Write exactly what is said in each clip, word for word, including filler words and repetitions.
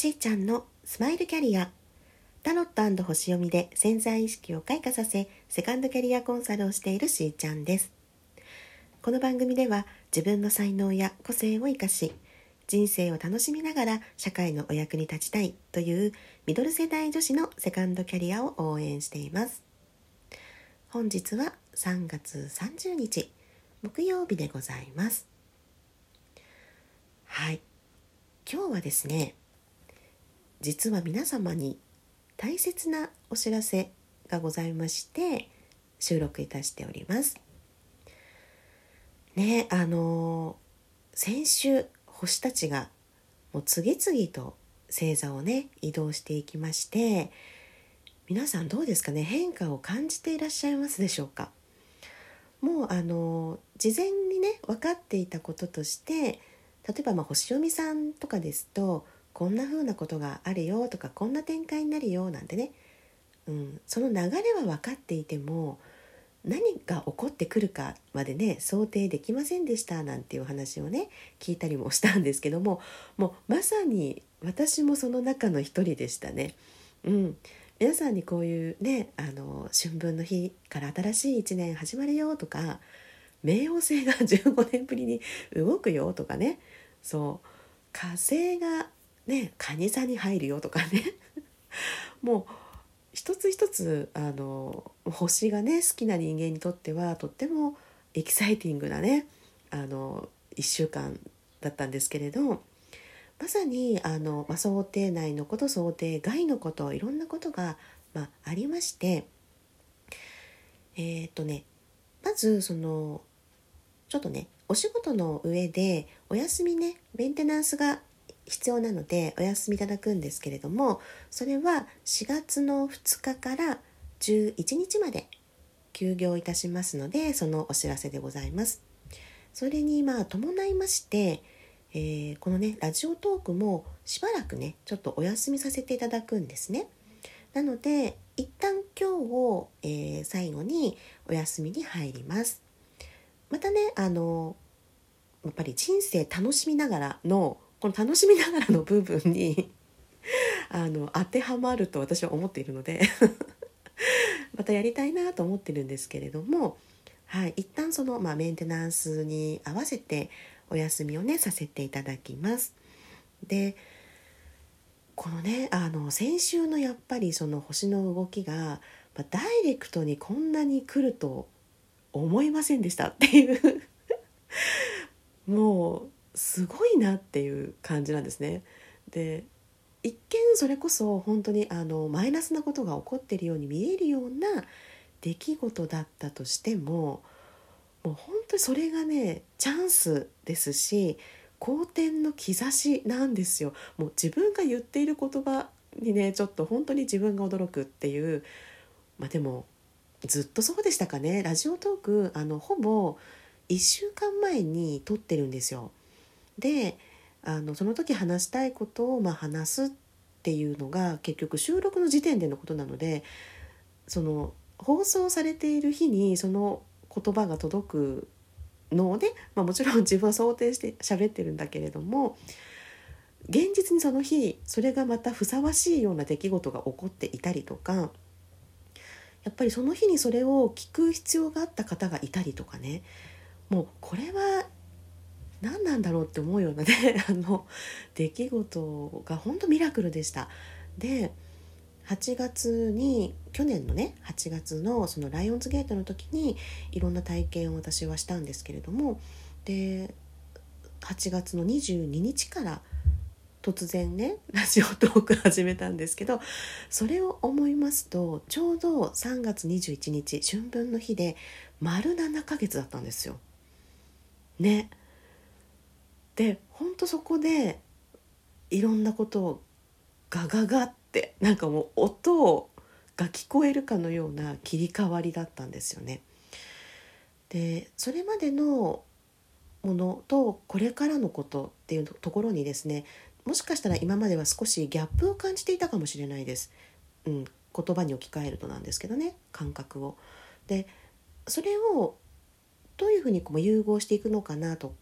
しーちゃんのスマイルキャリア。タロット&星読みで潜在意識を開花させ、セカンドキャリアコンサルをしているしーちゃんです。この番組では自分の才能や個性を生かし、人生を楽しみながら社会のお役に立ちたいというミドル世代女子のセカンドキャリアを応援しています。本日はさんがつさんじゅうにち木曜日でございます。はい、今日はですね、実は皆様に大切なお知らせがございまして収録いたしておりますね。あの先週星たちがもう次々と星座をね移動していきまして、皆さんどうですかね、変化を感じていらっしゃいますでしょうか。もうあの事前にね分かっていたこととして、例えばまあ星読みさんとかですと、こんな風なことがあるよとか、こんな展開になるよなんてね、うん、その流れは分かっていても何が起こってくるかまでね想定できませんでしたなんていう話をね聞いたりもしたんですけども、もうまさに私もその中の一人でしたね。うん、皆さんにこういうね、あの春分の日から新しいいちねん始まるよとか、冥王星がじゅうごねんぶりに動くよとかね、そう火星がね蟹座に入るよとかねもう一つ一つあの星がね好きな人間にとってはとってもエキサイティングなねあのいっしゅうかんだったんですけれど、まさにあの、まあ、想定内のこと想定外のこといろんなことが、まあ、ありまして、えー、っとねまずそのちょっとねお仕事の上でお休みねメンテナンスが必要なのでお休みいただくんですけれども、それはしがつのふつかからじゅういちにちまで休業いたしますので、そのお知らせでございます。それにまあ伴いまして、えー、このねラジオトークもしばらくねちょっとお休みさせていただくんですね。なので一旦今日を、えー、最後にお休みに入ります。またねあのやっぱり人生楽しみながらのこの楽しみながらの部分にあの当てはまると私は思っているのでまたやりたいなと思ってるんですけれども、はい、一旦その、まあ、メンテナンスに合わせてお休みをねさせていただきます。でこのねあの先週のやっぱりその星の動きが、まあ、ダイレクトにこんなに来ると思いませんでしたっていうもうすごいなっていう感じなんですね。で一見それこそ本当にあのマイナスなことが起こっているように見えるような出来事だったとしても、もう本当にそれがねチャンスですし、好転の兆しなんですよ。もう自分が言っている言葉にねちょっと本当に自分が驚くっていう、まあでもずっとそうでしたかね。ラジオトークあのほぼいっしゅうかんまえに撮ってるんですよ。であのその時話したいことをまあ話すっていうのが結局収録の時点でのことなので、その放送されている日にその言葉が届くので、まあ、もちろん自分は想定して喋ってるんだけれども、現実にその日それがまたふさわしいような出来事が起こっていたりとか、やっぱりその日にそれを聞く必要があった方がいたりとかね、もうこれは何なんだろうって思うようなねあの出来事が本当ミラクルでした。ではちがつに去年のねはちがつのそのライオンズゲートの時にいろんな体験を私はしたんですけれども、ではちがつのにじゅうににちから突然ねラジオトーク始めたんですけど、それを思いますとちょうどさんがつにじゅういちにち春分の日で丸ななかげつだったんですよね。で本当そこでいろんなことをガガガってなんかもう音が聞こえるかのような切り替わりだったんですよね。でそれまでのものとこれからのことっていうところにですね、もしかしたら今までは少しギャップを感じていたかもしれないです、うん、言葉に置き換えるとなんですけどね、感覚を。でそれをどういうふうにこう融合していくのかなとか、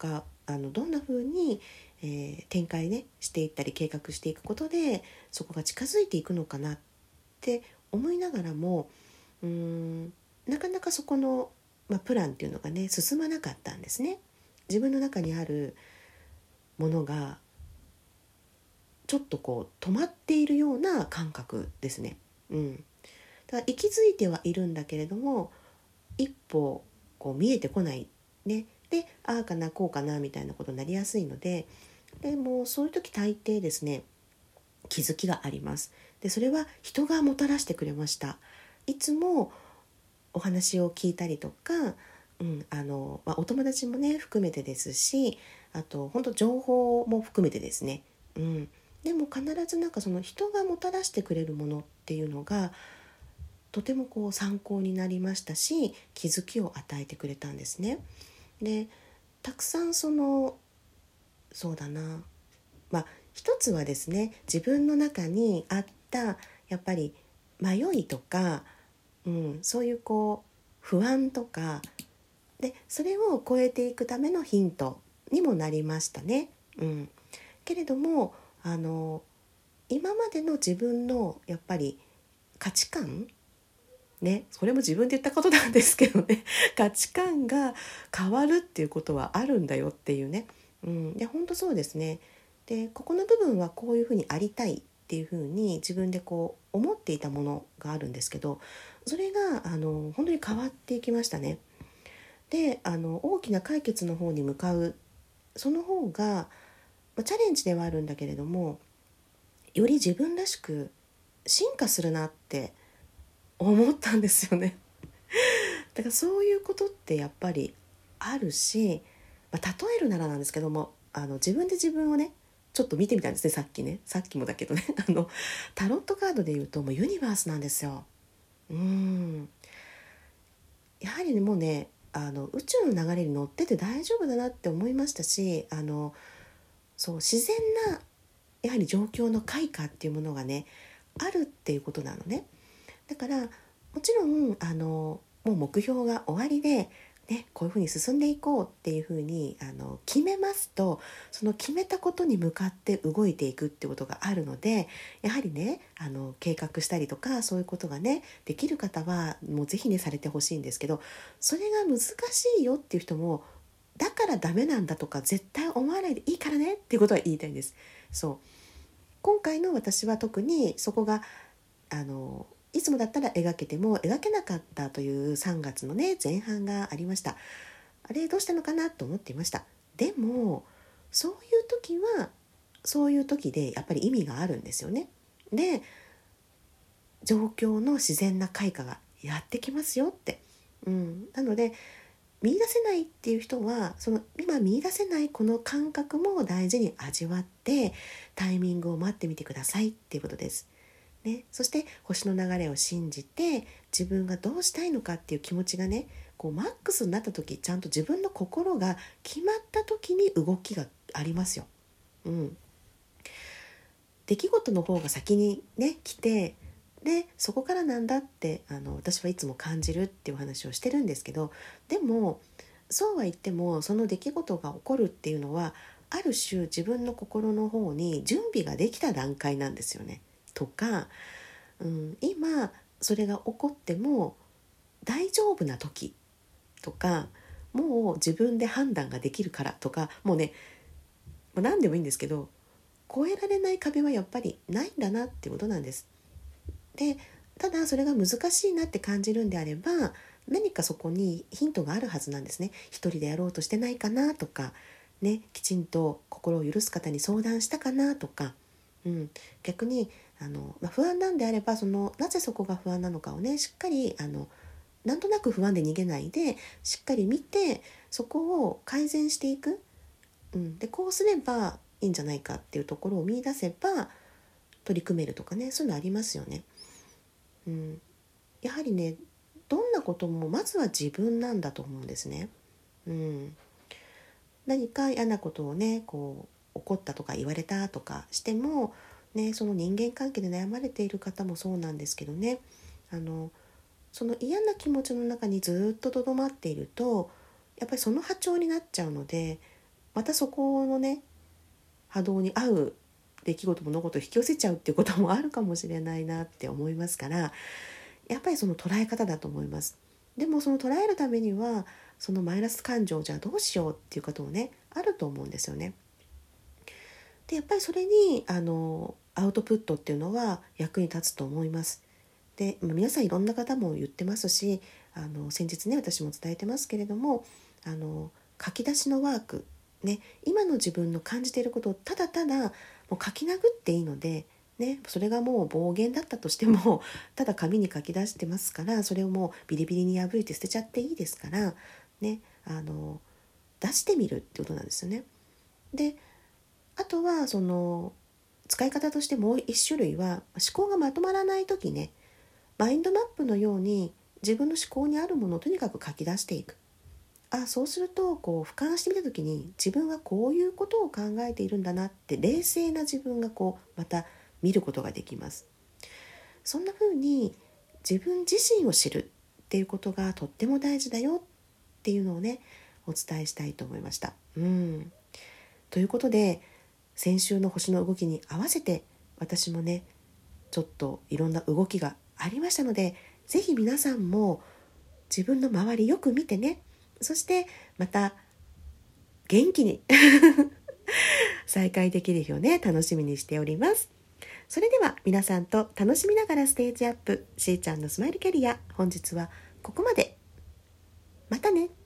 あのどんな風に、えー、展開ねしていったり計画していくことでそこが近づいていくのかなって思いながらも、うーんなかなかそこの、まあ、プランっていうのがね進まなかったんですね。自分の中にあるものがちょっとこう止まっているような感覚ですね。うん、だから息づいてはいるんだけれども一歩こう見えてこないね。で、ああかなこうかなみたいなことになりやすいので、でもそういう時大抵ですね気づきがあります。でそれは人がもたらしてくれました。いつもお話を聞いたりとか、うんあのまあ、お友達もね含めてですし、あと本当情報も含めてですね、うん、でも必ずなんかその人がもたらしてくれるものっていうのがとてもこう参考になりましたし、気づきを与えてくれたんですね。でたくさんそのそうだなまあ一つはですね自分の中にあったやっぱり迷いとか、うん、そういうこう不安とかでそれを超えていくためのヒントにもなりましたね。うん、けれどもあの今までの自分のやっぱり価値観ね、それも自分で言ったことなんですけどね価値観が変わるっていうことはあるんだよっていうね、うん、で本当そうですね。でここの部分はこういうふうにありたいっていうふうに自分でこう思っていたものがあるんですけど、それがあの本当に変わっていきましたね。であの大きな解決の方に向かうその方が、まあ、チャレンジではあるんだけれどもより自分らしく進化するなって思ったんですよね。だからそういうことってやっぱりあるし、まあ、例えるならなんですけどもあの自分で自分をねちょっと見てみたんですね。さっきねさっきもだけどねあのタロットカードで言うともうユニバースなんですよ。うーんやはりねもうねあの宇宙の流れに乗ってて大丈夫だなって思いましたし、あのそう自然なやはり状況の開花っていうものがねあるっていうことなのね。だからもちろんあのもう目標が終わりで、ね、こういうふうに進んでいこうっていうふうにあの決めますとその決めたことに向かって動いていくってことがあるので、やはりねあの計画したりとかそういうことがねできる方はもうぜひねされてほしいんですけど、それが難しいよっていう人もだからダメなんだとか絶対思わないでいいからねっていうことは言いたいんです。そう今回の私は特にそこがあのいつもだったら描けても描けなかったというさんがつのね前半がありました。あれどうしたのかなと思っていました。でもそういう時はそういう時でやっぱり意味があるんですよね。で状況の自然な開花がやってきますよって、うん、なので見出せないっていう人はその今見出せないこの感覚も大事に味わってタイミングを待ってみてくださいっていうことです。ね、そして星の流れを信じて自分がどうしたいのかっていう気持ちがねこうマックスになった時ちゃんと自分の心が決まった時に動きがありますよ。うん、出来事の方が先にね来てでそこからなんだってあの私はいつも感じるっていう話をしてるんですけど、でもそうは言ってもその出来事が起こるっていうのはある種自分の心の方に準備ができた段階なんですよね。とかうん、今それが起こっても大丈夫な時とかもう自分で判断ができるからとかもうね何でもいいんですけど越えられない壁はやっぱりないんだなってことなんです。でただそれが難しいなって感じるんであれば何かそこにヒントがあるはずなんですね。一人でやろうとしてないかなとか、ね、きちんと心を許す方に相談したかなとか、うん、逆にあの、まあ、不安なんであればそのなぜそこが不安なのかをねしっかりあのなんとなく不安で逃げないでしっかり見てそこを改善していく、うん、でこうすればいいんじゃないかっていうところを見出せば取り組めるとかねそういうのありますよね。うん、やはりねどんなこともまずは自分なんだと思うんですね。うん、何か嫌なことをねこう怒ったとか言われたとかしても、ね、その人間関係で悩まれている方もそうなんですけどね、あのその嫌な気持ちの中にずっととどまっているとやっぱりその波長になっちゃうのでまたそこのね波動に合う出来事物事を引き寄せちゃうっていうこともあるかもしれないなって思いますから、やっぱりその捉え方だと思います。でもその捉えるためにはそのマイナス感情じゃあどうしようっていうこともねあると思うんですよね。でやっぱりそれにあのアウトプットっていうのは役に立つと思います。で皆さんいろんな方も言ってますし、あの先日ね私も伝えてますけれども、あの書き出しのワークね、今の自分の感じていることをただただもう書き殴っていいので、ね、それがもう暴言だったとしてもただ紙に書き出してますから、それをもうビリビリに破いて捨てちゃっていいですから、ね、あの出してみるってことなんですよね。であとはその使い方としてもう一種類は、思考がまとまらない時ね、マインドマップのように自分の思考にあるものをとにかく書き出していく。あそうするとこう俯瞰してみた時に自分はこういうことを考えているんだなって冷静な自分がこうまた見ることができます。そんな風に自分自身を知るっていうことがとっても大事だよっていうのをねお伝えしたいと思いました。うんということで先週の星の動きに合わせて私もねちょっといろんな動きがありましたので、ぜひ皆さんも自分の周りよく見てね、そしてまた元気に再会できる日をね楽しみにしております。それでは皆さんと楽しみながらステージアップ、しーちゃんのスマイルキャリア、本日はここまで。またね。